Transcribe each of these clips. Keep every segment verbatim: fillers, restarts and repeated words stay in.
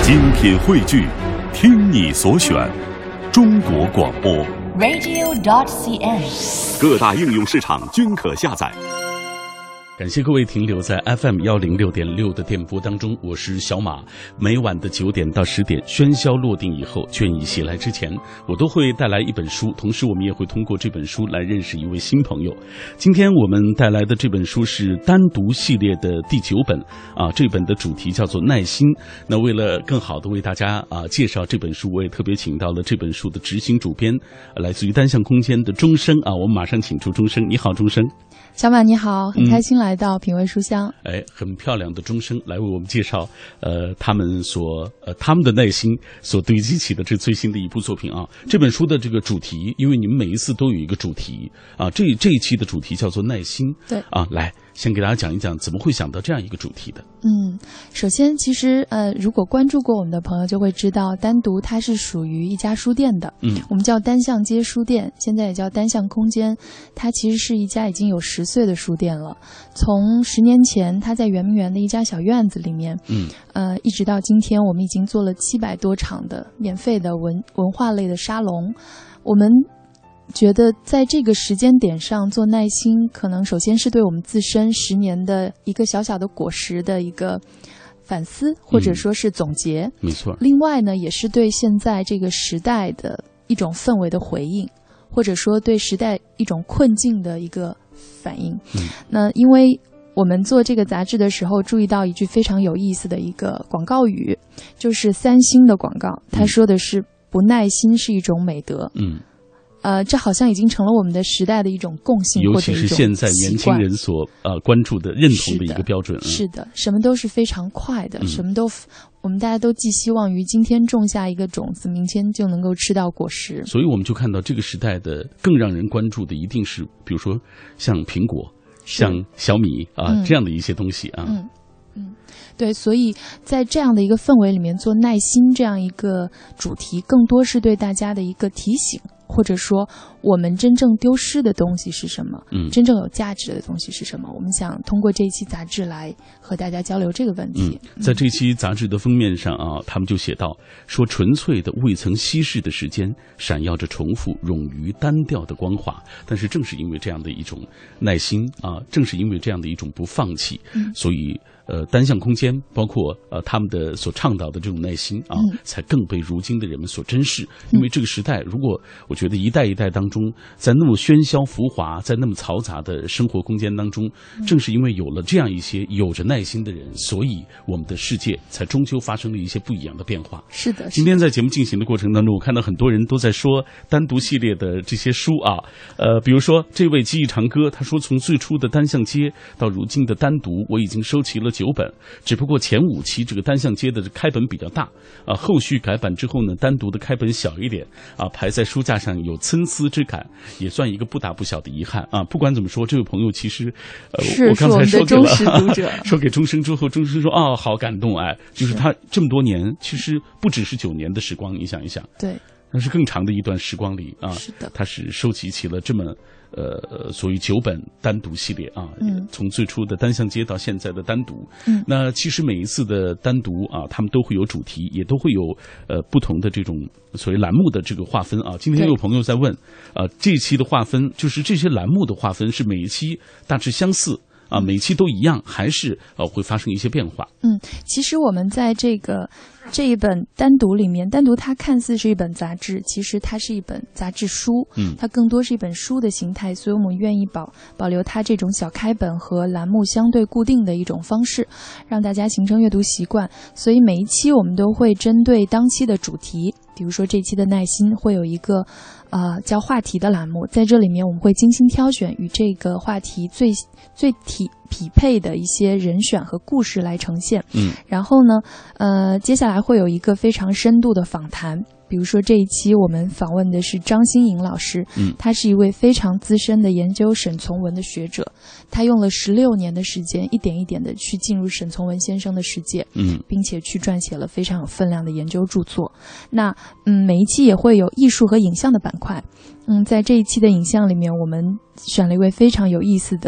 精品汇聚，听你所选，中国广播 radio dot c n， 各大应用市场均可下载。感谢各位停留在 F M 一零六点六的电波当中，我是小马。每晚的九点到十点，喧嚣落定以后，倦意袭来之前，我都会带来一本书，同时我们也会通过这本书来认识一位新朋友。今天我们带来的这本书是单独系列的第九本啊，这本的主题叫做耐心。那为了更好的为大家啊介绍这本书，我也特别请到了这本书的执行主编，来自于单向空间的钟声啊，我们马上请出钟声。你好，钟声。 小马你好，很开心来到品味书香。 嗯、哎，很漂亮的钟声来为我们介绍，呃，他们所呃他们的耐心所堆积起的这最新的一部作品啊。这本书的这个主题，因为你们每一次都有一个主题啊，这这一期的主题叫做耐心。 对啊，来先给大家讲一讲怎么会想到这样一个主题的。 嗯，首先其实呃，如果关注过我们的朋友就会知道，单独它是属于一家书店的。嗯，我们叫单向街书店，现在也叫单向空间。它其实是一家已经有十岁的书店了。从十年前，它在圆明园的一家小院子里面，嗯，呃，一直到今天，我们已经做了七百多场的免费的文文化类的沙龙。我们觉得在这个时间点上做耐心，可能首先是对我们自身十年的一个小小的果实的一个反思，或者说是总结。 嗯、没错。 另外呢，也是对现在这个时代的一种氛围的回应，或者说对时代一种困境的一个反应。嗯、那因为我们做这个杂志的时候，注意到一句非常有意思的一个广告语，就是三星的广告，他说的是不耐心是一种美德。嗯。呃，这好像已经成了我们的时代的一种共性， 尤其是现在年轻人所呃关注的、认同的一个标准。 是的，是的，什么都是非常快的，嗯、什么都我们大家都寄希望于今天种下一个种子，明天就能够吃到果实。 所以我们就看到这个时代的更让人关注的，一定是比如说像苹果、像小米啊、呃嗯、这样的一些东西啊。 嗯嗯，对，所以在这样的一个氛围里面做耐心这样一个主题，更多是对大家的一个提醒。或者说我们真正丢失的东西是什么？嗯，真正有价值的东西是什么？我们想通过这一期杂志来和大家交流这个问题。 嗯、在这期杂志的封面上啊，他们就写到说，纯粹的未曾稀释的时间，闪耀着重复、冗余、单调的光华。但是正是因为这样的一种耐心啊，正是因为这样的一种不放弃，嗯、所以呃，单向空间包括呃他们的所倡导的这种耐心啊，嗯、才更被如今的人们所珍视。因为这个时代，如果我觉得一代一代当中，在那么喧嚣浮华，在那么嘈杂的生活空间当中，正是因为有了这样一些有着耐心的人，所以我们的世界才终究发生了一些不一样的变化。 是的， 今天在节目进行的过程当中，我看到很多人都在说单独系列的这些书啊，呃，比如说这位记忆长歌，他说从最初的单向街到如今的单独，我已经收齐了九本，只不过前五期这个单向街的开本比较大啊，后续改版之后呢，单独的开本小一点啊，排在书架上有参差之感，也算一个不大不小的遗憾啊。不管怎么说，这位朋友其实，呃，我刚才说给了说给钟声之后，钟声说啊、哦，好感动哎，就是他这么多年，其实不只是九年的时光，你想一想， 对， 但是更长的一段时光里啊， 是的， 他是收集起了这么。呃，所谓九本单独系列啊，嗯、从最初的单向街到现在的单独，嗯，那其实每一次的单独啊，他们都会有主题，也都会有呃不同的这种所谓栏目的这个划分啊。今天有朋友在问，啊，这一期的划分就是这些栏目的划分是每一期大致相似啊，每一期都一样，还是呃会发生一些变化？ 嗯，其实我们在这个。这一本单独里面，单独它看似是一本杂志，其实它是一本杂志书，嗯，它更多是一本书的形态，所以我们愿意保保留它这种小开本和栏目相对固定的一种方式，让大家形成阅读习惯。所以每一期我们都会针对当期的主题，比如说这期的耐心会有一个呃叫话题的栏目，在这里面我们会精心挑选与这个话题最最体匹配的一些人选和故事来呈现。嗯，然后呢，呃，接下来会有一个非常深度的访谈。比如说这一期我们访问的是张新颖老师，嗯，他是一位非常资深的研究沈从文的学者，他用了十六年的时间，一点一点的去进入沈从文先生的世界，嗯，并且去撰写了非常有分量的研究著作。那嗯，每一期也会有艺术和影像的板块，嗯，在这一期的影像里面，我们选了一位非常有意思的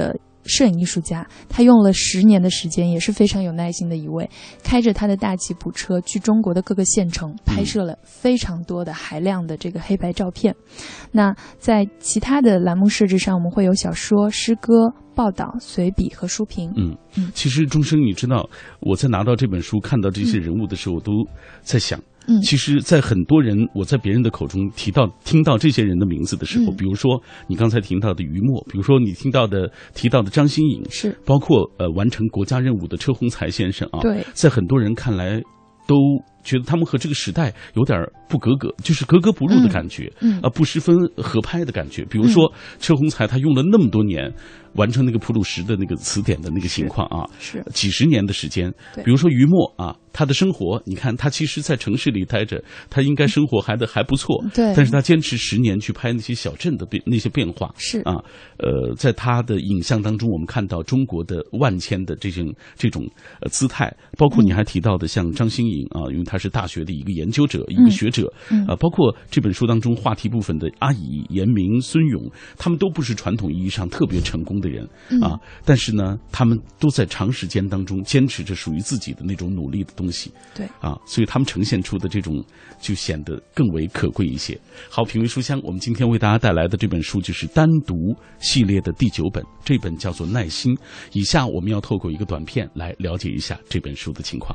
摄影艺术家，他用了十年的时间，也是非常有耐心的一位，开着他的大吉普车去中国的各个县城，拍摄了非常多的海量的这个黑白照片。那在其他的栏目设置上，我们会有小说、诗歌、报道、随笔和书评。 嗯嗯，其实钟声，你知道，我在拿到这本书、看到这些人物的时候，我都在想。嗯，其实，在很多人，我在别人的口中提到、听到这些人的名字的时候，嗯、比如说你刚才提到的于墨，比如说你听到的、提到的张新颖， 是包括呃完成国家任务的车鸿才先生啊， 对， 在很多人看来都觉得他们和这个时代有点不格格，就是格格不入的感觉，嗯，啊、呃，不十分合拍的感觉。比如说、嗯、车鸿才，他用了那么多年完成那个普鲁士的那个词典的那个情况啊， 是几十年的时间。比如说于墨啊，他的生活，你看他其实在城市里待着，他应该生活还的还不错， 对， 但是他坚持十年去拍那些小镇的变那些变化， 是啊，呃，在他的影像当中，我们看到中国的万千的这种这种呃姿态，包括你还提到的像张新颖啊，因为他是大学的一个研究者、嗯、一个学者，嗯啊，包括这本书当中话题部分的阿乙、严明、孙勇，他们都不是传统意义上特别成功的人、嗯、啊，但是呢，他们都在长时间当中坚持着属于自己的那种努力的东西， 对啊，所以他们呈现出的这种就显得更为可贵一些。好，品味书香，我们今天为大家带来的这本书就是单独系列的第九本，这本叫做《耐心》。以下我们要透过一个短片来了解一下这本书的情况。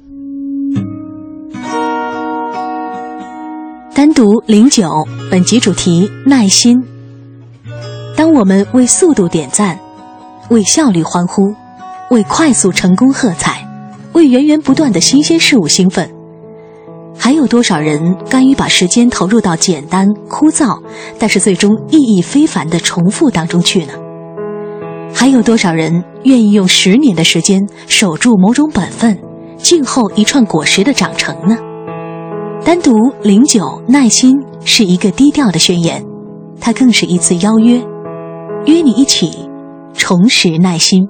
单独零九，本集主题耐心。当我们为速度点赞，为效率欢呼，为快速成功喝彩，为源源不断的新鲜事物兴奋，还有多少人甘于把时间投入到简单枯燥但是最终意义非凡的重复当中去呢？还有多少人愿意用十年的时间守住某种本分，静候一串果实的长成呢？单独零九，耐心是一个低调的宣言，它更是一次邀约，约你一起重拾耐心。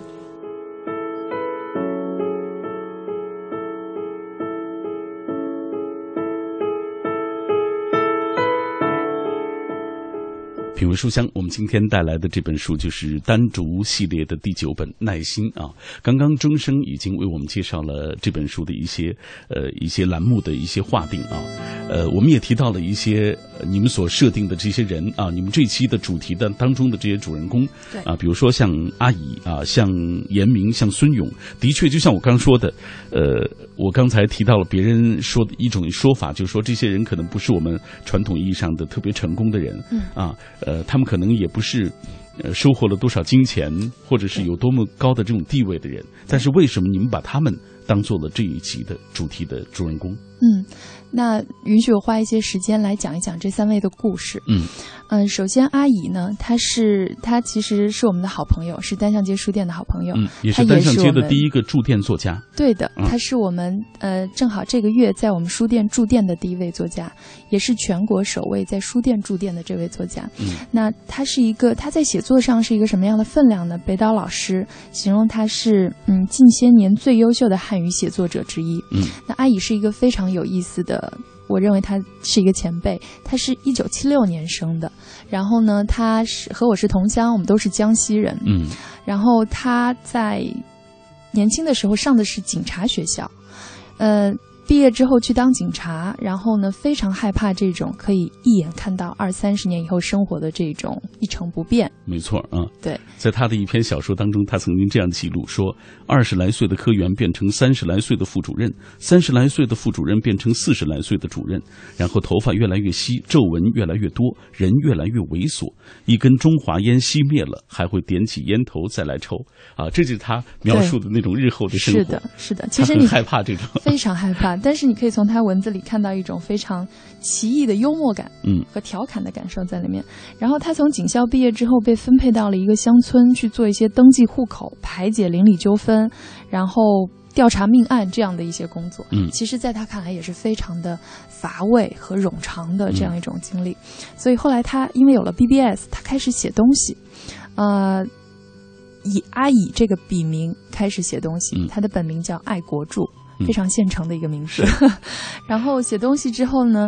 品味书香，我们今天带来的这本书就是单独系列的第九本《耐心》啊。刚刚钟声已经为我们介绍了这本书的一些呃一些栏目的一些划定啊，呃，我们也提到了一些、呃、你们所设定的这些人啊，你们这一期的主题的当中的这些主人公， 对啊，比如说像阿乙啊，像严明，像孙勇，的确就像我刚说的，呃，我刚才提到了别人说的一种说法，就是说这些人可能不是我们传统意义上的特别成功的人，嗯啊。呃，他们可能也不是，呃，收获了多少金钱，或者是有多么高的这种地位的人，但是为什么你们把他们当做了这一集的主题的主人公？ 嗯，那允许我花一些时间来讲一讲这三位的故事。嗯嗯、呃，首先阿乙呢，他是他其实是我们的好朋友，是单向街书店的好朋友， 嗯，也是单向街的第一个驻店作家。 对的，他是我们呃正好这个月在我们书店驻店的第一位作家，也是全国首位在书店驻店的这位作家。嗯，那他是一个他在写作上是一个什么样的分量呢？北岛老师形容他是嗯近些年最优秀的汉语写作者之一。嗯，那阿乙是一个非常有意思的。我认为他是一个前辈，他是一九七六年生的，然后呢，他是和我是同乡，我们都是江西人，嗯，然后他在年轻的时候上的是警察学校，呃，毕业之后去当警察，然后呢，非常害怕这种可以一眼看到二三十年以后生活的这种一成不变。 没错啊， 对， 在他的一篇小说当中，他曾经这样记录说：二十来岁的科员变成三十来岁的副主任，三十来岁的副主任变成四十来岁的主任，然后头发越来越稀，皱纹越来越多，人越来越猥琐。一根中华烟熄灭了，还会点起烟头再来抽啊！这就是他描述的那种日后的生活。 是的，是的，其实你害怕这种， 非常害怕。但是你可以从他文字里看到一种非常奇异的幽默感，嗯，和调侃的感受在里面。然后他从警校毕业之后，被分配到了一个乡村去做一些登记户口、排解邻里纠纷，然后调查命案这样的一些工作。嗯，其实在他看来也是非常的乏味和冗长的这样一种经历。嗯、所以后来他因为有了 B B S， 他开始写东西，呃。以阿乙这个笔名开始写东西，嗯、他的本名叫爱国柱，非常现成的一个名字。然后写东西之后呢，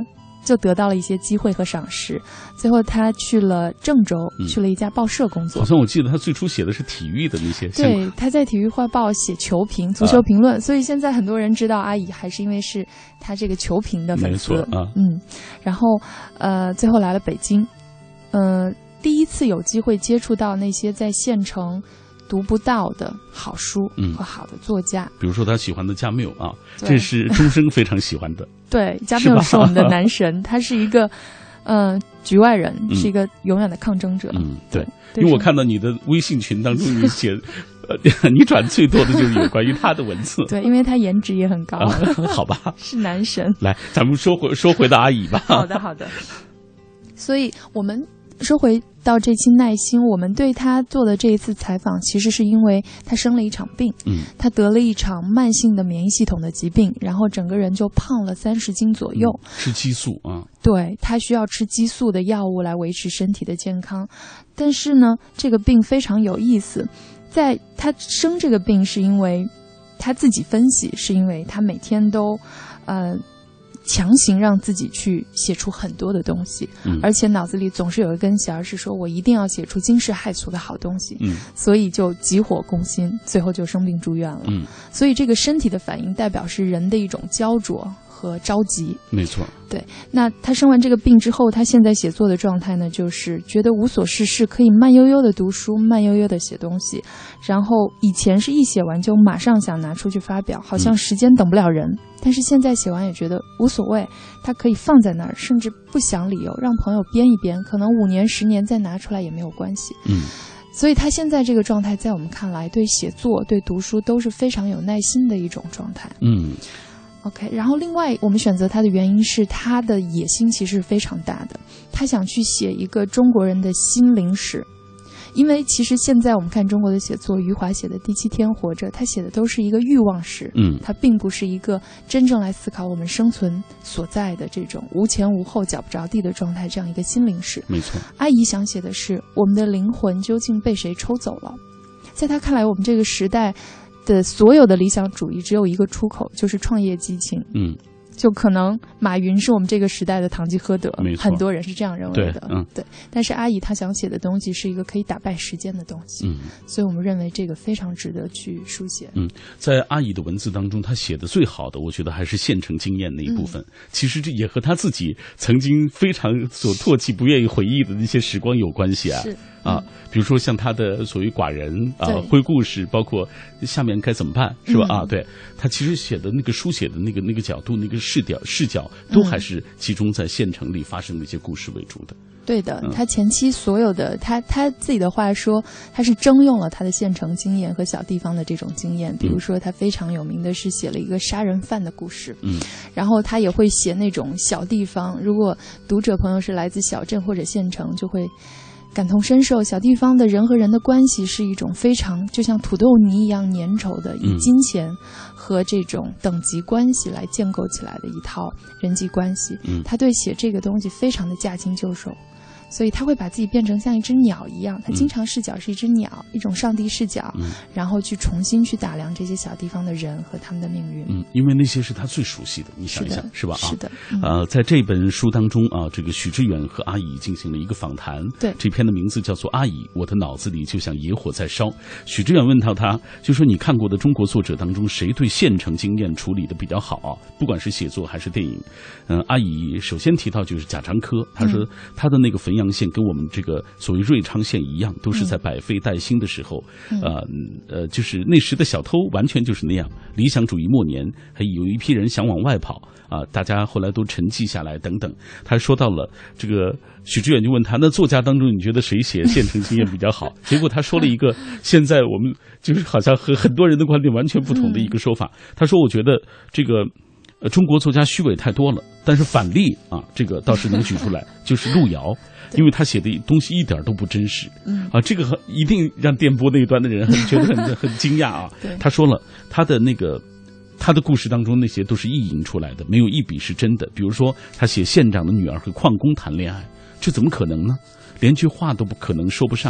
就得到了一些机会和赏识。最后他去了郑州， 嗯、 去了一家报社工作。 好像我记得他最初写的是体育的那些。 对，他在体育画报写球评、足球评论、啊，所以现在很多人知道阿姨，还是因为是他这个球评的粉丝。 没错啊， 嗯，然后呃，最后来了北京，呃，第一次有机会接触到那些在县城读不到的好书和好的作家， 嗯、比如说他喜欢的加缪啊，这是终生非常喜欢的。 对，加缪是我们的男神，他是一个呃局外人， 嗯、 是一个永远的抗争者。 嗯，对，对，因为我看到你的微信群当中你写，呃，你转最多的就是有关于他的文字。 对，因为他颜值也很高。 啊、好吧， 是男神。 来，咱们说回说回到阿姨吧。 好的，好的。所以我们。说回到这期耐心，我们对他做的这一次采访，其实是因为他生了一场病， 嗯， 他得了一场慢性的免疫系统的疾病，然后整个人就胖了三十斤左右， 嗯、吃激素啊， 对，他需要吃激素的药物来维持身体的健康。但是呢，这个病非常有意思，在他生这个病是因为他自己分析，是因为他每天都，呃。强行让自己去写出很多的东西， 嗯、 而且脑子里总是有一根弦，是说我一定要写出惊世骇俗的好东西， 嗯、 所以就急火攻心，最后就生病住院了。 嗯、 所以这个身体的反应代表是人的一种焦灼和着急。 没错。 对，那他生完这个病之后，他现在写作的状态呢，就是觉得无所事事，可以慢悠悠的读书，慢悠悠的写东西。然后以前是一写完就马上想拿出去发表，好像时间等不了人。嗯、但是现在写完也觉得无所谓，他可以放在那儿，甚至不想理由，让朋友编一编，可能五年十年再拿出来也没有关系。 嗯， 所以他现在这个状态，在我们看来，对写作、对读书都是非常有耐心的一种状态。 嗯。 OK， 然后另外我们选择他的原因是他的野心其实非常大的，他想去写一个中国人的心灵史。因为其实现在我们看中国的写作，余华写的《第七天活着》，他写的都是一个欲望史， 嗯， 他并不是一个真正来思考我们生存所在的这种无前无后、脚不着地的状态，这样一个心灵史。 没错， 阿姨想写的是我们的灵魂究竟被谁抽走了。在他看来，我们这个时代的所有的理想主义只有一个出口，就是创业激情。 嗯， 就可能马云是我们这个时代的堂吉诃德， 没错， 很多人是这样认为的。 对，嗯， 对。但是阿姨她想写的东西是一个可以打败时间的东西， 嗯， 所以我们认为这个非常值得去书写。 嗯，在阿姨的文字当中，她写的最好的，我觉得还是县城经验那一部分。嗯、其实这也和她自己曾经非常所唾弃、不愿意回忆的那些时光有关系啊。 是。 啊，比如说像他的所谓寡人啊，灰故事，包括下面该怎么办，是吧？嗯、啊，对，他其实写的那个书写的那个那个角度、那个视角视角，都还是集中在县城里发生的一些故事为主的。 对的，他前期所有的他他自己的话说，他是征用了他的县城经验和小地方的这种经验。比如说，他非常有名的是写了一个杀人犯的故事， 嗯， 然后他也会写那种小地方。如果读者朋友是来自小镇或者县城，就会感同身受，小地方的人和人的关系是一种非常就像土豆泥一样粘稠的，以金钱和这种等级关系来建构起来的一套人际关系。 嗯， 他对写这个东西非常的驾轻就熟。所以他会把自己变成像一只鸟一样，他经常视角是一只鸟，嗯、一种上帝视角， 嗯， 然后去重新去打量这些小地方的人和他们的命运。 嗯，因为那些是他最熟悉的，你想一想， 是, 是吧？啊， 是的。 嗯、呃，在这本书当中啊，这个许知远和阿姨进行了一个访谈。 对， 这篇的名字叫做《阿姨》，我的脑子里就像野火在烧。许知远问到他，就说你看过的中国作者当中，谁对县城经验处理的比较好啊？不管是写作还是电影。嗯、呃，阿姨首先提到就是贾樟柯，他说他的那个汾阳县跟我们这个所谓瑞昌县一样，都是在百废待兴的时候， 嗯、 呃呃，就是那时的小偷完全就是那样。理想主义末年，还有一批人想往外跑啊、呃，大家后来都沉寂下来等等。他说到了这个，许知远就问他，那作家当中你觉得谁写县城经验比较好？结果他说了一个现在我们就是好像和很多人的观点完全不同的一个说法。他说，我觉得这个。呃，中国作家虚伪太多了，但是反例啊，这个倒是能举出来，就是路遥，因为他写的东西一点都不真实， 嗯啊，这个一定让电波那一端的人很觉得很很惊讶啊。他说了，他的那个他的故事当中那些都是意淫出来的，没有一笔是真的。比如说，他写县长的女儿和矿工谈恋爱，这怎么可能呢？连句话都不可能说不上。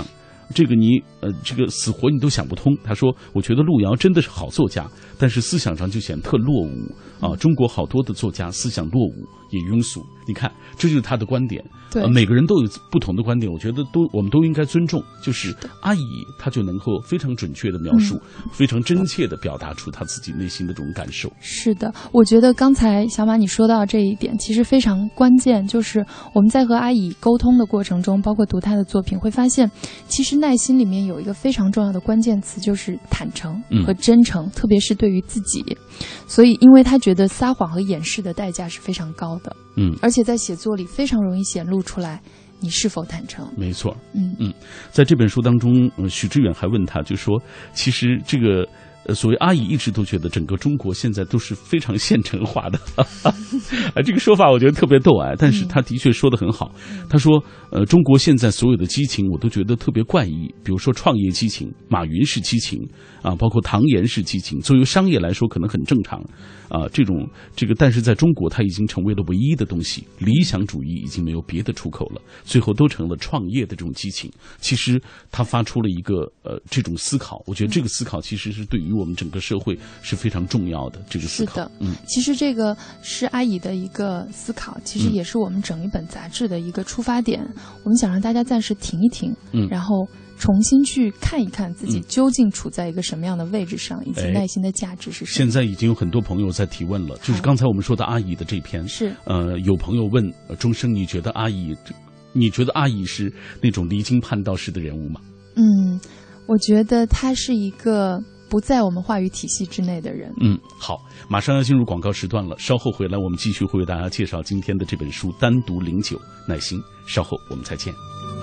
这个你呃这个死活你都想不通。他说，我觉得路遥真的是好作家，但是思想上就显特落伍啊。中国好多的作家思想落伍也庸俗，你看这就是他的观点。 对、 呃，每个人都有不同的观点，我觉得都我们都应该尊重。就是阿姨她就能够非常准确的描述、嗯、非常真切的表达出她自己内心的这种感受。 是的，我觉得刚才小马你说到这一点其实非常关键，就是我们在和阿姨沟通的过程中，包括读她的作品，会发现其实耐心里面有一个非常重要的关键词，就是坦诚和真诚、嗯、特别是对于自己。所以因为他觉得撒谎和掩饰的代价是非常高的，嗯，而且在写作里非常容易显露出来你是否坦诚。 没错，嗯嗯，在这本书当中，呃、许知远还问他，就说其实这个呃，所谓阿姨一直都觉得整个中国现在都是非常县城化的，啊，这个说法我觉得特别逗哎，但是他的确说得很好。嗯、他说，呃，中国现在所有的激情我都觉得特别怪异，比如说创业激情，马云式激情啊，包括唐岩式激情，作为商业来说可能很正常啊，这种这个，但是在中国它已经成为了唯一的东西，理想主义已经没有别的出口了，最后都成了创业的这种激情。其实他发出了一个呃这种思考，我觉得这个思考其实是对于我们整个社会是非常重要的。这个思考是的，嗯，其实这个是阿姨的一个思考，其实也是我们整一本杂志的一个出发点。嗯、我们想让大家暂时停一停，嗯，然后重新去看一看自己究竟处在一个什么样的位置上，嗯、以及耐心的价值是什么。 现在已经有很多朋友在提问了，就是刚才我们说的阿姨的这篇， 是呃，有朋友问呃钟声，你觉得阿姨，你觉得阿姨是那种离经叛道式的人物吗？ 嗯，我觉得她是一个不在我们话语体系之内的人。 嗯，好，马上要进入广告时段了，稍后回来我们继续会为大家介绍今天的这本书《单独零九耐心》，稍后我们再见。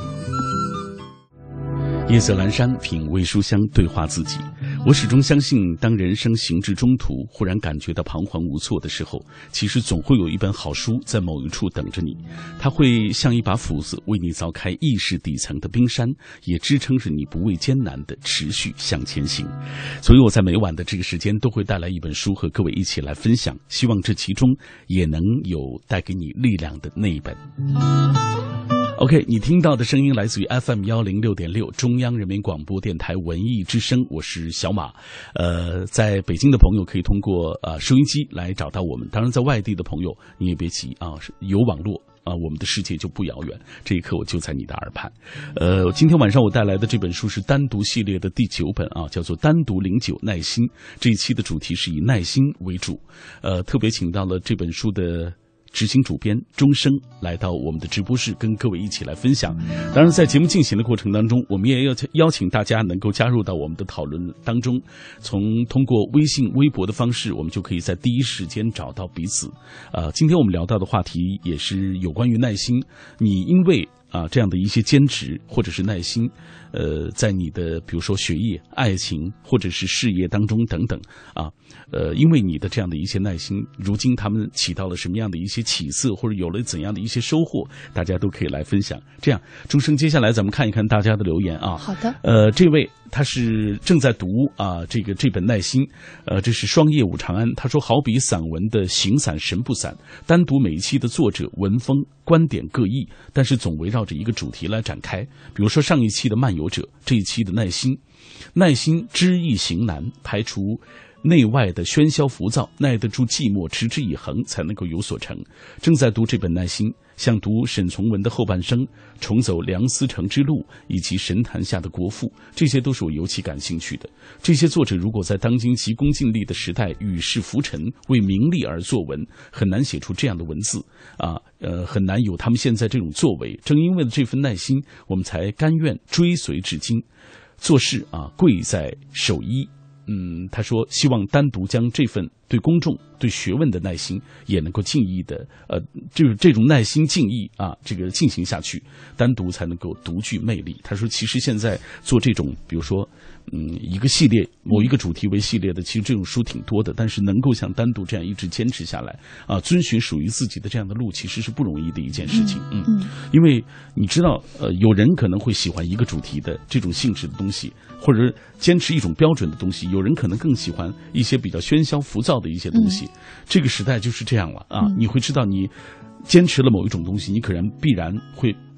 夜色阑珊，品味书香，对话自己。我始终相信，当人生行至中途，忽然感觉到彷徨无措的时候，其实总会有一本好书在某一处等着你，它会像一把斧子，为你凿开意识底层的冰山，也支撑着你不畏艰难的持续向前行。所以我在每晚的这个时间都会带来一本书和各位一起来分享，希望这其中也能有带给你力量的那一本。OK， 你听到的声音来自于 F M 一零六点六中央人民广播电台文艺之声，我是小马。呃，在北京的朋友可以通过呃收音机来找到我们，当然在外地的朋友你也别急啊，有网络啊，我们的世界就不遥远，这一刻我就在你的耳畔。呃，今天晚上我带来的这本书是单独系列的第九本啊，叫做《单独零九耐心》。这一期的主题是以耐心为主，呃，特别请到了这本书的执行主编钟声来到我们的直播室，跟各位一起来分享。当然，在节目进行的过程当中，我们也要邀请大家能够加入到我们的讨论当中。从通过微信、微博的方式，我们就可以在第一时间找到彼此。呃，今天我们聊到的话题也是有关于耐心。你因为啊这样的一些坚持或者是耐心，呃，在你的比如说学业、爱情或者是事业当中等等啊，呃，因为你的这样的一些耐心，如今他们起到了什么样的一些起色，或者有了怎样的一些收获，大家都可以来分享。这样，钟声，接下来咱们看一看大家的留言啊。 好的。 呃，这位他是正在读啊这个这本耐心，呃，这是双叶武长安，他说好比散文的形散神不散，单独每一期的作者文风观点各异，但是总围绕着一个主题来展开。比如说上一期的漫游者，这一期的耐心，耐心知易行难，排除内外的喧嚣浮躁，耐得住寂寞，持之以恒，才能够有所成。正在读这本耐心，像读沈从文的后半生，重走梁思成之路，以及神坛下的国父，这些都是我尤其感兴趣的。这些作者如果在当今急功近利的时代与世浮沉，为名利而作文，很难写出这样的文字啊，呃，很难有他们现在这种作为。正因为这份耐心，我们才甘愿追随至今。做事啊，贵在守一。嗯，他说希望单独将这份对公众、对学问的耐心，也能够尽意的，呃，就是这种耐心尽意啊，这个进行下去，单独才能够独具魅力。他说，其实现在做这种，比如说，嗯，一个系列某一个主题为系列的，其实这种书挺多的，但是能够像单独这样一直坚持下来啊，遵循属于自己的这样的路，其实是不容易的一件事情。嗯，嗯因为你知道，呃，有人可能会喜欢一个主题的这种性质的东西，或者坚持一种标准的东西，有人可能更喜欢一些比较喧嚣浮躁的一些东西。嗯、这个时代就是这样了啊！嗯、你会知道，你坚持了某一种东西，你可能必然会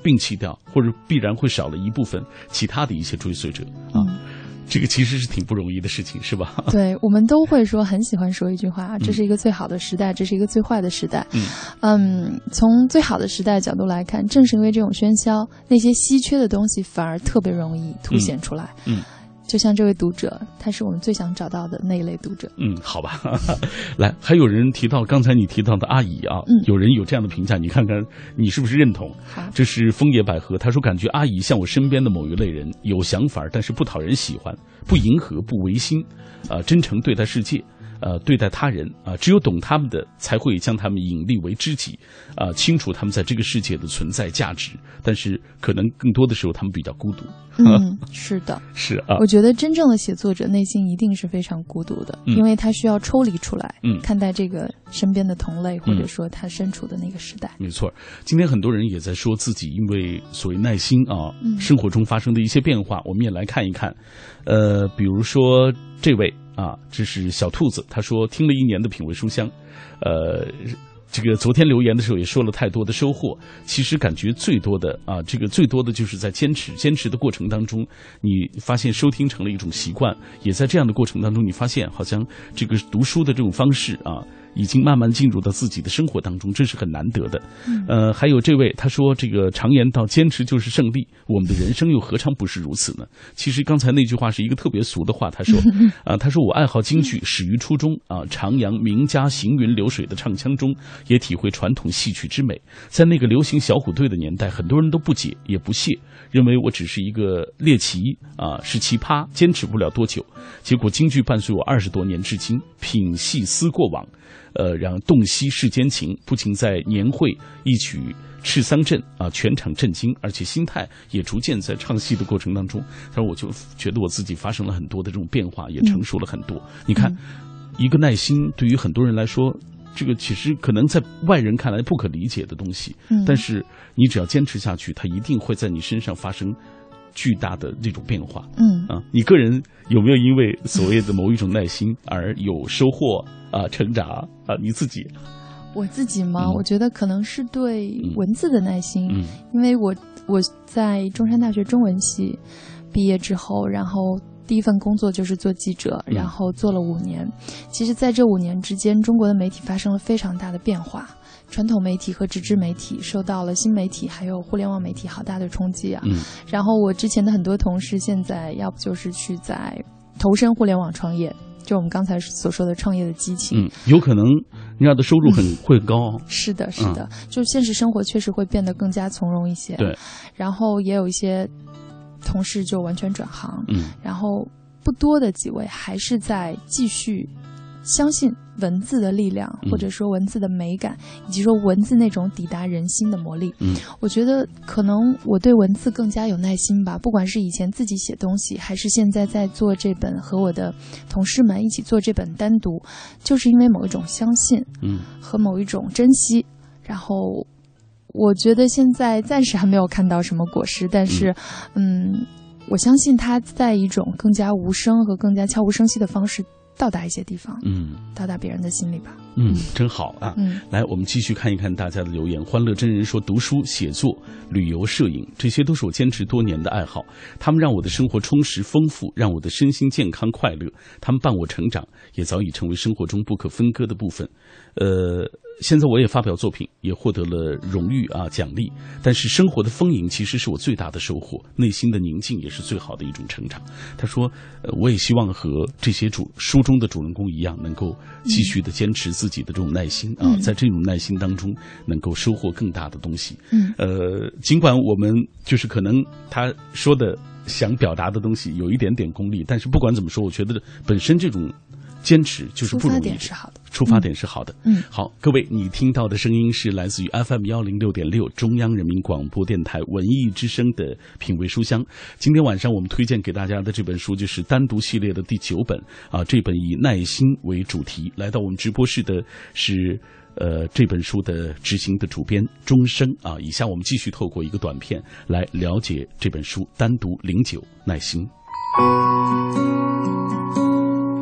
摒弃掉，或者必然会少了一部分其他的一些追随者啊。嗯，这个其实是挺不容易的事情，是吧？ 对，我们都会说，很喜欢说一句话，这是一个最好的时代，嗯、这是一个最坏的时代。嗯嗯，从最好的时代角度来看，正是因为这种喧嚣，那些稀缺的东西反而特别容易凸显出来。嗯。嗯，就像这位读者，他是我们最想找到的那一类读者。嗯， 好吧。来，还有人提到刚才你提到的阿姨啊，嗯、有人有这样的评价，你看看你是不是认同？好，这是枫叶百合，他说感觉阿姨像我身边的某一类人，有想法，但是不讨人喜欢，不迎合，不违心，啊、呃，真诚对待世界。呃，对待他人啊、呃，只有懂他们的才会将他们引力为知己，啊、呃，清楚他们在这个世界的存在价值。但是可能更多的时候，他们比较孤独。 嗯，是的， 是啊。 我觉得真正的写作者内心一定是非常孤独的，嗯、因为他需要抽离出来，嗯，看待这个身边的同类，或者说他身处的那个时代。 没错，今天很多人也在说自己因为所谓耐心啊，嗯、生活中发生的一些变化，我们也来看一看。呃，比如说这位。啊，这是小兔子，他说听了一年的品味书香，呃，这个昨天留言的时候也说了太多的收获。其实感觉最多的啊，这个最多的就是在坚持坚持的过程当中，你发现收听成了一种习惯，也在这样的过程当中，你发现好像这个读书的这种方式啊，已经慢慢进入到自己的生活当中，这是很难得的。嗯、呃，还有这位他说，这个常言道，坚持就是胜利，我们的人生又何尝不是如此呢？其实刚才那句话是一个特别俗的话，他说，啊，他说我爱好京剧，始于初中啊，徜徉名家行云流水的唱腔中，也体会传统戏曲之美。在那个流行小虎队的年代，很多人都不解也不屑，认为我只是一个猎奇啊，是奇葩，坚持不了多久。结果京剧伴随我二十多年至今，品戏思过往。呃，让洞悉世间情，不仅在年会一曲赤桑镇啊，全场震惊，而且心态也逐渐在唱戏的过程当中，但是我就觉得我自己发生了很多的这种变化，也成熟了很多。嗯、你看，嗯、一个耐心对于很多人来说，这个其实可能在外人看来不可理解的东西，嗯、但是你只要坚持下去，它一定会在你身上发生巨大的这种变化。嗯啊，你个人有没有因为所谓的某一种耐心而有收获啊、成长啊？你自己？ 我自己吗？嗯、我觉得可能是对文字的耐心，嗯、因为我我在中山大学中文系毕业之后，然后第一份工作就是做记者，嗯、然后做了五年。其实在这五年之间，中国的媒体发生了非常大的变化。传统媒体和纸质媒体受到了新媒体还有互联网媒体好大的冲击啊。嗯、然后我之前的很多同事现在要不就是去在投身互联网创业，就我们刚才所说的创业的激情。嗯， 有可能人家的收入很、嗯、会很高、哦。是的，是的，嗯、就现实生活确实会变得更加从容一些。 对， 然后也有一些同事就完全转行。嗯，然后不多的几位还是在继续相信文字的力量，或者说文字的美感，以及说文字那种抵达人心的魔力。嗯，我觉得可能我对文字更加有耐心吧，不管是以前自己写东西，还是现在在做这本和我的同事们一起做这本单独，就是因为某一种相信，嗯，和某一种珍惜。然后我觉得现在暂时还没有看到什么果实，但是嗯, 嗯我相信它在一种更加无声和更加悄无声息的方式到达一些地方，嗯，到达别人的心里吧。 嗯，真好啊。嗯，来，我们继续看一看大家的留言。欢乐真人说，读书、写作、旅游、摄影，这些都是我坚持多年的爱好。他们让我的生活充实丰富，让我的身心健康快乐。他们伴我成长，也早已成为生活中不可分割的部分。呃。现在我也发表作品，也获得了荣誉啊奖励，但是生活的丰盈其实是我最大的收获，内心的宁静也是最好的一种成长。他说，呃，我也希望和这些主书中的主人公一样，能够继续的坚持自己的这种耐心、嗯、啊，在这种耐心当中能够收获更大的东西。嗯，呃，尽管我们就是可能他说的想表达的东西有一点点功利，但是不管怎么说，我觉得本身这种坚持就是不容易，出发点是好的， 出发点是好的。嗯，好，各位，你听到的声音是来自于 F M 幺零六点六中央人民广播电台文艺之声的品味书香。今天晚上我们推荐给大家的这本书就是单独系列的第九本啊，这本以耐心为主题。来到我们直播室的是呃这本书的执行的主编钟声啊。以下我们继续透过一个短片来了解这本书单独零九耐心。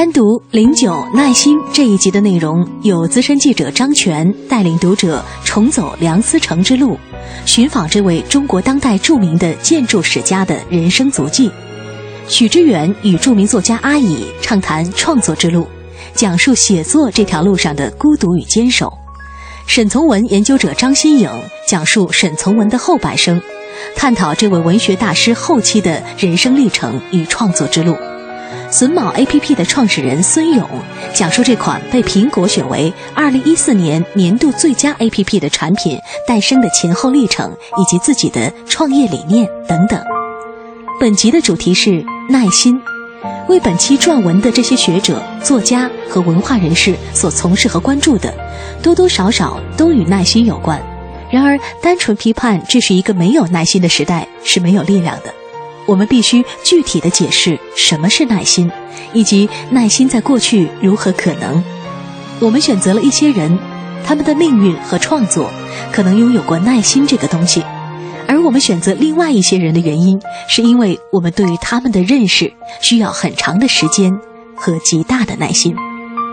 单独零九耐心这一集的内容，有资深记者张全带领读者重走梁思成之路，寻访这位中国当代著名的建筑史家的人生足迹。许知远与著名作家阿乙畅谈创作之路，讲述写作这条路上的孤独与坚守。沈从文研究者张新颖讲述沈从文的后半生，探讨这位文学大师后期的人生历程与创作之路。榫卯 A P P 的创始人孙勇讲述这款被苹果选为二零一四年年度最佳 A P P 的产品诞生的前后历程，以及自己的创业理念等等。本集的主题是耐心，为本期撰文的这些学者、作家和文化人士所从事和关注的，多多少少都与耐心有关。然而，单纯批判这是一个没有耐心的时代是没有力量的。我们必须具体地解释什么是耐心，以及耐心在过去如何可能。我们选择了一些人，他们的命运和创作可能拥有过耐心这个东西，而我们选择另外一些人的原因，是因为我们对于他们的认识需要很长的时间和极大的耐心。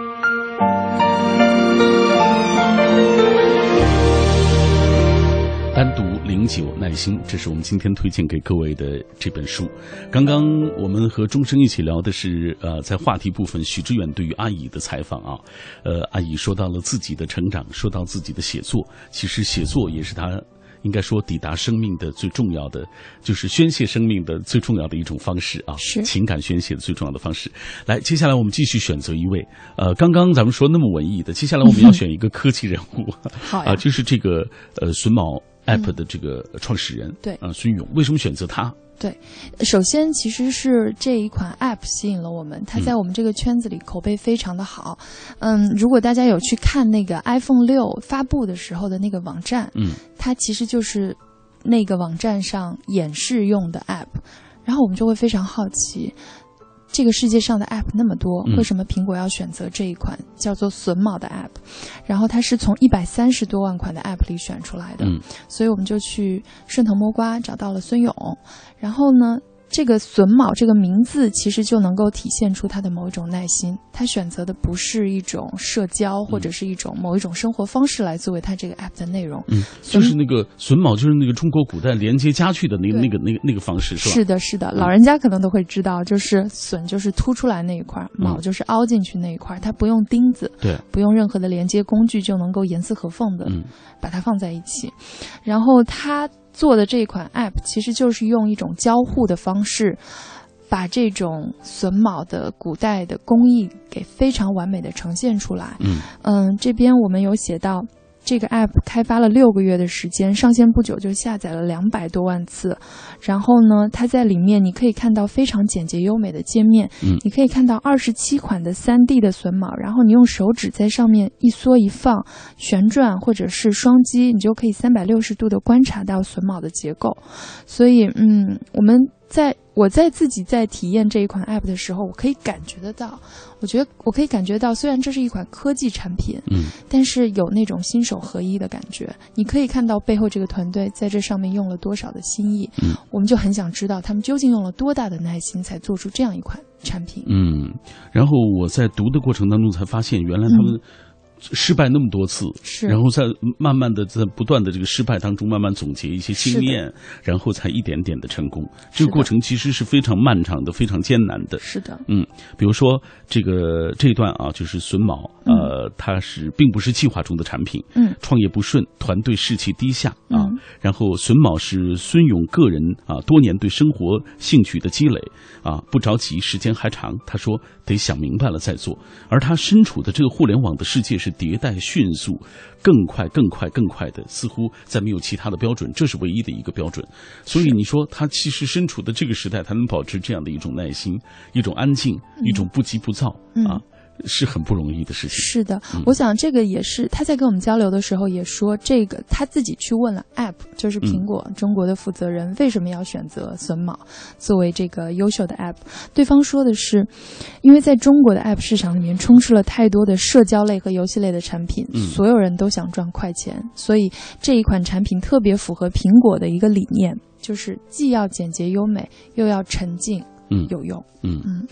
单独零九耐心，这是我们今天推荐给各位的这本书。刚刚我们和钟声一起聊的是，呃，在话题部分，许知远对于阿乙的采访啊，呃，阿乙说到了自己的成长，说到自己的写作，其实写作也是他应该说抵达生命的最重要的，就是宣泄生命的最重要的一种方式啊， 是情感宣泄的最重要的方式。来，接下来我们继续选择一位，呃，刚刚咱们说那么文艺的，接下来我们要选一个科技人物， 好呀、 啊，就是这个呃榫卯 App 的这个创始人， 对， 啊、呃，孙勇，为什么选择他？ 对，首先其实是这一款 App 吸引了我们，它在我们这个圈子里口碑非常的好。嗯，如果大家有去看那个 iPhone 六发布的时候的那个网站，嗯，它其实就是那个网站上演示用的 App， 然后我们就会非常好奇，这个世界上的 App 那么多，为什么苹果要选择这一款叫做榫卯的 App？ 然后它是从一百三十多万款的 App 里选出来的，嗯，所以我们就去顺藤摸瓜找到了孙勇。然后呢，这个榫卯这个名字其实就能够体现出它的某一种耐心，它选择的不是一种社交或者是一种某一种生活方式来作为它这个 app 的内容。 嗯，就是那个榫卯，就是那个中国古代连接家具的那个那个那个那个方式，是吧？ 是的，是的，老人家可能都会知道，就是榫就是凸出来那一块，卯就是凹进去那一块，它不用钉子， 对， 不用任何的连接工具就能够严丝合缝的把它放在一起。然后它做的这款 app 其实就是用一种交互的方式，把这种榫卯的古代的工艺给非常完美的呈现出来。嗯嗯，这边我们有写到，这个 app 开发了六个月的时间，上线不久就下载了两百多万次。然后呢，它在里面你可以看到非常简洁优美的界面，嗯，你可以看到二十七款的 三 D 的榫卯，然后你用手指在上面一缩一放、旋转或者是双击，你就可以三百六十度的观察到榫卯的结构。所以，嗯，我们在我在自己在体验这一款 app 的时候，我可以感觉得到，我觉得我可以感觉到，虽然这是一款科技产品，嗯，但是有那种心手合一的感觉。你可以看到背后这个团队在这上面用了多少的心意，嗯，我们就很想知道他们究竟用了多大的耐心才做出这样一款产品。 嗯，然后我在读的过程当中才发现，原来他们、嗯失败那么多次， 是， 然后在慢慢的在不断的这个失败当中，慢慢总结一些经验，然后才一点点的成功。这个过程其实是非常漫长的，非常艰难的。 是的， 嗯，比如说这个这一段啊，就是榫卯，呃，它是并不是计划中的产品，嗯，创业不顺，团队士气低下啊，嗯、然后榫卯是孙勇个人啊多年对生活兴趣的积累啊，不着急，时间还长。他说得想明白了再做，而他身处的这个互联网的世界是迭代迅速，更快更快更快的，似乎再没有其他的标准，这是唯一的一个标准。所以你说他其实身处的这个时代，他能保持这样的一种耐心，一种安静，一种不急不躁、嗯、啊，是很不容易的事情。 是的、嗯、我想这个也是他在跟我们交流的时候也说，这个他自己去问了 app， 就是苹果、嗯、中国的负责人为什么要选择榫卯作为这个优秀的 app。 对方说的是，因为在中国的 app 市场里面充斥了太多的社交类和游戏类的产品、嗯、所有人都想赚快钱，所以这一款产品特别符合苹果的一个理念，就是既要简洁优美又要沉静、嗯、有用。 嗯嗯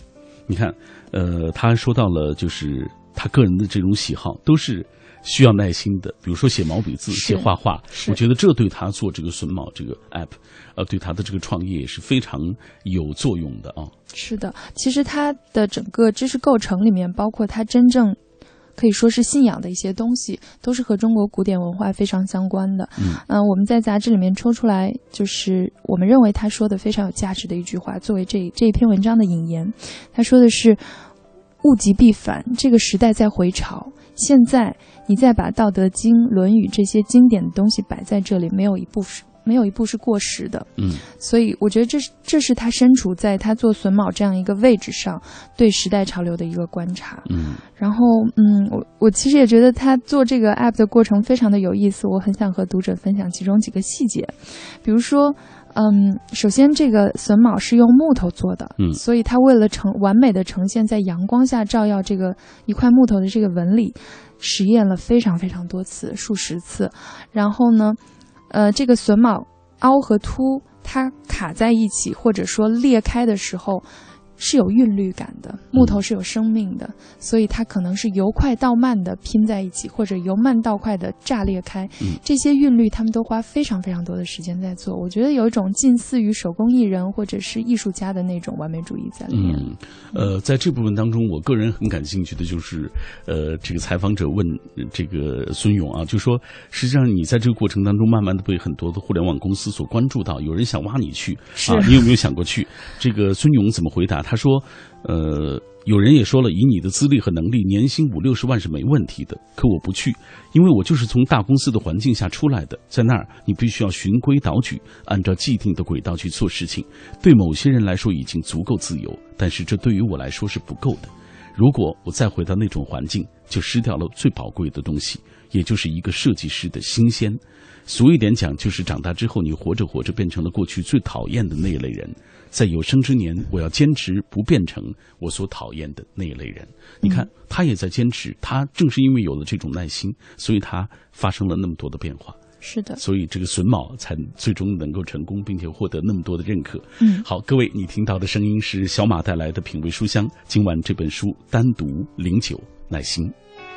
你看，呃，他说到了，就是他个人的这种喜好都是需要耐心的，比如说写毛笔字、写画画，我觉得这对他做这个榫卯这个 app， 呃，对他的这个创业也是非常有作用的啊。 是的，其实他的整个知识构成里面，包括他真正可以说是信仰的一些东西，都是和中国古典文化非常相关的。嗯、呃，我们在杂志里面抽出来，就是我们认为他说的非常有价值的一句话，作为这这一篇文章的引言。他说的是：物极必反，这个时代在回潮，现在你再把《道德经》《论语》这些经典的东西摆在这里，没有一部是没有一部是过时的。嗯，所以我觉得这是这是他身处在他做榫卯这样一个位置上对时代潮流的一个观察。嗯，然后嗯，我我其实也觉得他做这个 app 的过程非常的有意思，我很想和读者分享其中几个细节，比如说。嗯，首先这个榫卯是用木头做的，嗯，所以它为了呈完美的呈现在阳光下照耀这个一块木头的这个纹理，实验了非常非常多次，数十次。然后呢，呃，这个榫卯凹和凸它卡在一起，或者说裂开的时候，是有韵律感的，木头是有生命的，所以它可能是由快到慢的拼在一起，或者由慢到快的炸裂开。嗯、这些韵律他们都花非常非常多的时间在做，我觉得有一种近似于手工艺人或者是艺术家的那种完美主义在里面。 嗯，呃，在这部分当中，我个人很感兴趣的就是，呃，这个采访者问这个孙勇啊，就说实际上你在这个过程当中，慢慢的被很多的互联网公司所关注到，有人想挖你去啊，你有没有想过去？这个孙勇怎么回答？他说，呃，有人也说了，以你的资历和能力，年薪五六十万是没问题的。可我不去，因为我就是从大公司的环境下出来的，在那儿你必须要循规蹈矩，按照既定的轨道去做事情。对某些人来说已经足够自由，但是这对于我来说是不够的。如果我再回到那种环境，就失掉了最宝贵的东西，也就是一个设计师的新鲜。俗一点讲，就是长大之后，你活着活着变成了过去最讨厌的那一类人。在有生之年，我要坚持不变成我所讨厌的那一类人。你看，他也在坚持，他正是因为有了这种耐心，所以他发生了那么多的变化。 是的， 所以这个榫卯才最终能够成功，并且获得那么多的认可。嗯，好，各位，你听到的声音是小马带来的品味书香。今晚这本书单独零九耐心。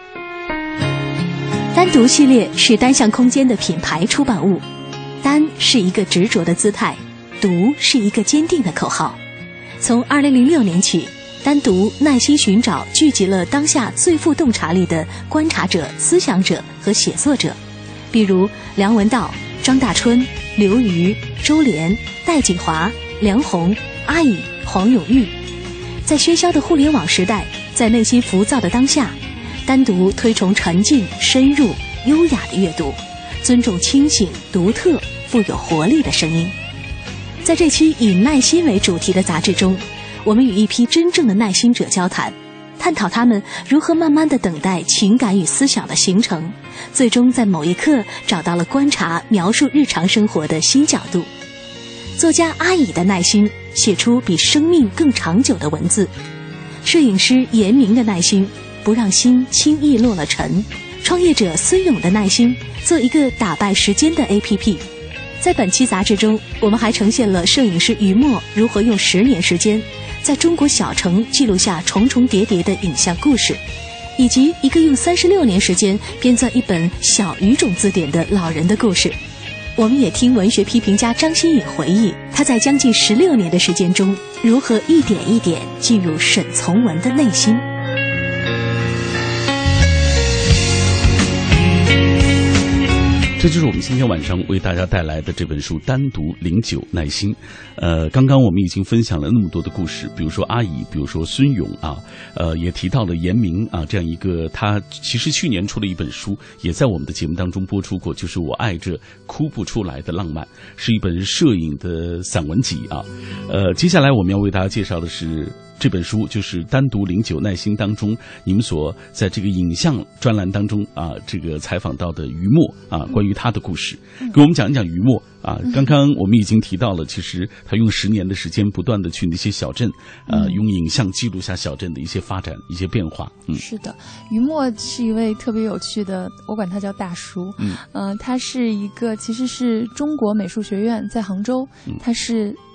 单独系列是单向空间的品牌出版物，单是一个执着的姿态，独是一个坚定的口号。从二零零六年起，单独耐心寻找聚集了当下最富洞察力的观察者、思想者和写作者，比如梁文道、张大春、刘瑜、周濂、戴锦华、梁红、阿乙、黄永玉。在喧嚣的互联网时代，在内心浮躁的当下，单独推崇沉静、深入、优雅的阅读，尊重清醒、独特、富有活力的声音。在这期以耐心为主题的杂志中，我们与一批真正的耐心者交谈，探讨他们如何慢慢地等待情感与思想的形成，最终在某一刻找到了观察、描述日常生活的新角度。作家阿乙的耐心，写出比生命更长久的文字；摄影师严明的耐心，不让心轻易落了尘；创业者孙勇的耐心，做一个打败时间的 A P P。 在本期杂志中，我们还呈现了摄影师于墨如何用十年时间在中国小城记录下重重叠叠的影像故事，以及一个用三十六年时间编纂一本小语种字典的老人的故事。我们也听文学批评家张馨予回忆，他在将近十六年的时间中，如何一点一点进入沈从文的内心。 这就是我们今天晚上为大家带来的这本书单独零九耐心。呃，刚刚我们已经分享了那么多的故事，比如说阿乙，比如说孙勇啊，呃，也提到了严明啊，这样一个他其实去年出了一本书，也在我们的节目当中播出过，就是我爱这哭不出来的浪漫，是一本摄影的散文集啊。呃，接下来我们要为大家介绍的是这本书，就是单独零九耐心当中你们所在这个影像专栏当中啊，这个采访到的于墨啊，关于他的故事，给我们讲一讲于墨啊。刚刚我们已经提到了，其实他用十年的时间，不断的去那些小镇，呃，用影像记录下小镇的一些发展、一些变化。嗯， 是的，于墨是一位特别有趣的，我管他叫大叔。嗯，呃，他是一个其实是中国美术学院在杭州，他是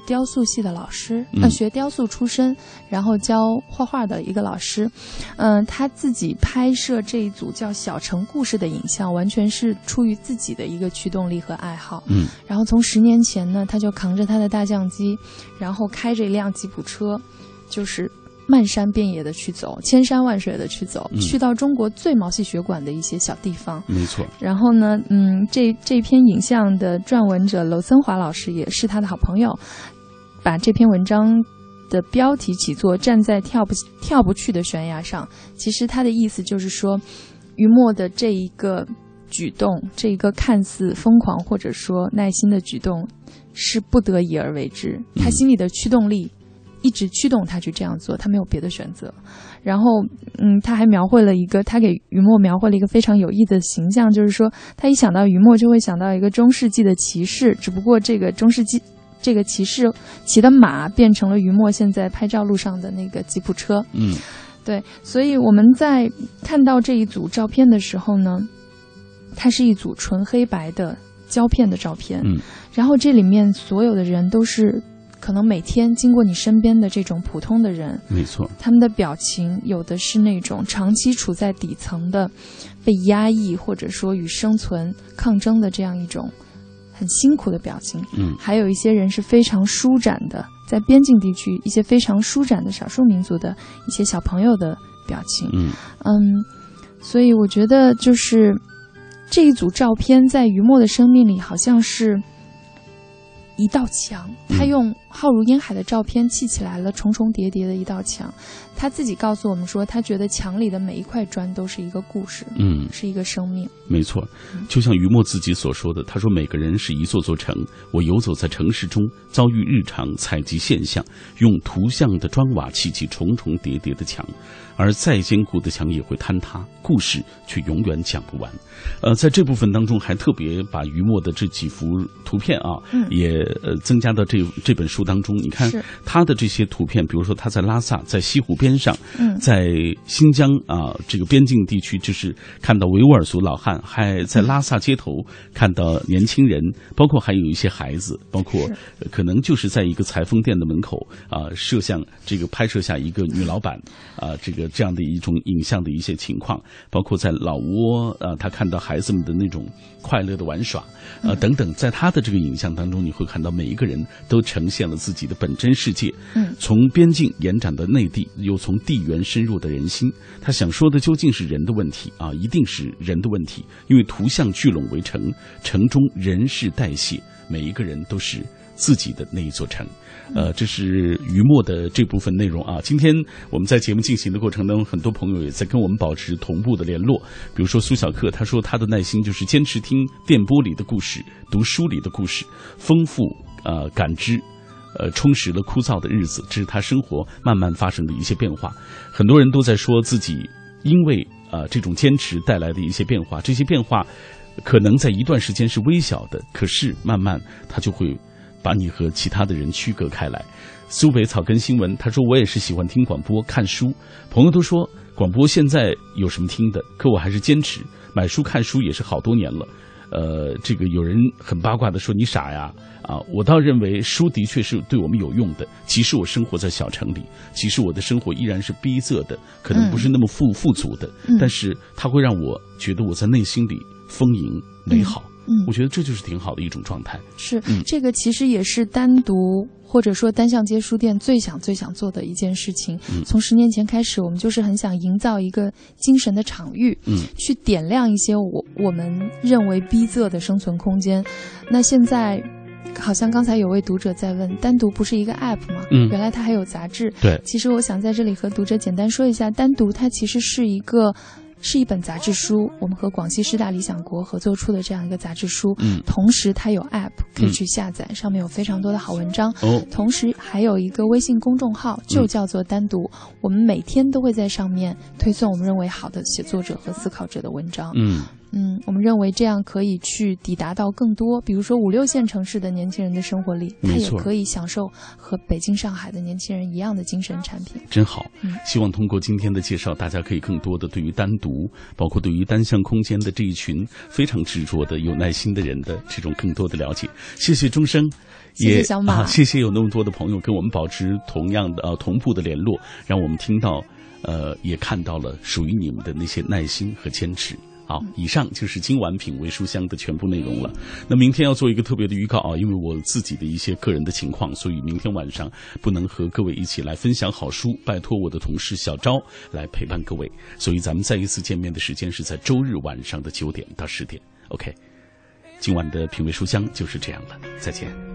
雕塑系的老师， 嗯、 呃，学雕塑出身，然后教画画的一个老师。嗯、呃，他自己拍摄这一组叫《小城故事》的影像，完全是出于自己的一个驱动力和爱好。 嗯， 然后从十年前呢，他就扛着他的大相机，然后开着一辆吉普车，就是漫山遍野的去走，千山万水的去走， 嗯、 去到中国最毛细血管的一些小地方。 没错。 然后呢，嗯，这这篇影像的撰文者娄森华老师也是他的好朋友，把这篇文章的标题起作《站在跳不跳不去的悬崖上》。其实他的意思就是说，于墨的这一个举动，这一个看似疯狂或者说耐心的举动，是不得已而为之，他心里的驱动力一直驱动他去这样做，他没有别的选择。然后嗯，他还描绘了一个，他给于墨描绘了一个非常有意的形象，就是说他一想到于墨就会想到一个中世纪的骑士，只不过这个中世纪这个骑士骑的马变成了于墨现在拍照路上的那个吉普车。 嗯， 对，所以我们在看到这一组照片的时候呢，它是一组纯黑白的胶片的照片。 嗯， 然后这里面所有的人都是可能每天经过你身边的这种普通的人。 没错。 他们的表情有的是那种长期处在底层的被压抑或者说与生存抗争的这样一种很辛苦的表情。 嗯， 还有一些人是非常舒展的，在边境地区一些非常舒展的少数民族的一些小朋友的表情。 嗯嗯，所以我觉得就是这一组照片在于墨的生命里好像是一道墙，他用浩如烟海的照片砌起来了重重叠叠的一道墙。他自己告诉我们说，他觉得墙里的每一块砖都是一个故事， 嗯， 是一个生命。 没错，就像于墨自己所说的，他说每个人是一座座城，我游走在城市中，遭遇日常采集现象，用图像的砖瓦砌起重重叠叠的墙，而再坚固的墙也会坍塌，故事却永远讲不完。呃，在这部分当中还特别把于墨的这几幅图片啊， 嗯、 也呃增加到这这本书当中。你看他的这些图片，比如说他在拉萨，在西湖边上， 嗯，在新疆啊这个边境地区，就是看到维吾尔族老汉，还在拉萨街头看到年轻人，包括还有一些孩子，包括可能就是在一个裁缝店的门口啊，摄像这个拍摄下一个女老板啊，这个这样的一种影像的一些情况，包括在老挝啊，他看到孩子们的那种快乐的玩耍啊等等，在他的这个影像当中，你会看到每一个人都呈现了自己的本真世界， 嗯，从边境延展到内地，又从地缘深入的人心。他想说的究竟是人的问题啊，一定是人的问题，因为图像聚拢为城，城中人事代谢，每一个人都是自己的那一座城。呃，这是于墨的这部分内容啊。今天我们在节目进行的过程当中，很多朋友也在跟我们保持同步的联络。比如说苏小克，他说他的耐心就是坚持听电波里的故事，读书里的故事，丰富呃感知。呃，充实了枯燥的日子，这是他生活慢慢发生的一些变化。很多人都在说自己因为啊、呃、这种坚持带来的一些变化，这些变化可能在一段时间是微小的，可是慢慢它就会把你和其他的人区隔开来。苏北草根新闻他说，我也是喜欢听广播看书，朋友都说广播现在有什么听的，可我还是坚持买书看书，也是好多年了。呃，这个有人很八卦的说你傻呀啊！我倒认为书的确是对我们有用的。即使我生活在小城里，即使我的生活依然是逼仄的，可能不是那么富、嗯、富足的，但是它会让我觉得我在内心里丰盈美好。 嗯， 我觉得这就是挺好的一种状态。 是， 嗯、 这个其实也是单独或者说单向街书店最想最想做的一件事情。 嗯、 从十年前开始，我们就是很想营造一个精神的场域， 嗯， 去点亮一些我我们认为逼仄的生存空间。那现在好像刚才有位读者在问，单独不是一个 app 吗？ 嗯， 原来它还有杂志。 对， 其实我想在这里和读者简单说一下，单独它其实是一个。是一本杂志书，我们和广西师大理想国合作出的这样一个杂志书。 嗯， 同时它有 app 可以去下载，嗯、上面有非常多的好文章。 哦， 同时还有一个微信公众号，就叫做单独。嗯、我们每天都会在上面推送我们认为好的写作者和思考者的文章。 嗯嗯，我们认为这样可以去抵达到更多，比如说五六线城市的年轻人的生活里，他也可以享受和北京、上海的年轻人一样的精神产品。 真好， 嗯， 希望通过今天的介绍，大家可以更多的对于单独，包括对于单向空间的这一群非常执着的、有耐心的人的这种更多的了解。谢谢钟声。也谢谢小马、 啊，谢谢有那么多的朋友跟我们保持同样的呃同步的联络，让我们听到呃也看到了属于你们的那些耐心和坚持。好，以上就是今晚品味书香的全部内容了。那明天要做一个特别的预告啊，因为我自己的一些个人的情况，所以明天晚上不能和各位一起来分享好书，拜托我的同事小昭来陪伴各位。所以咱们再一次见面的时间是在周日晚上的九点到十点。OK， 今晚的品味书香就是这样了，再见。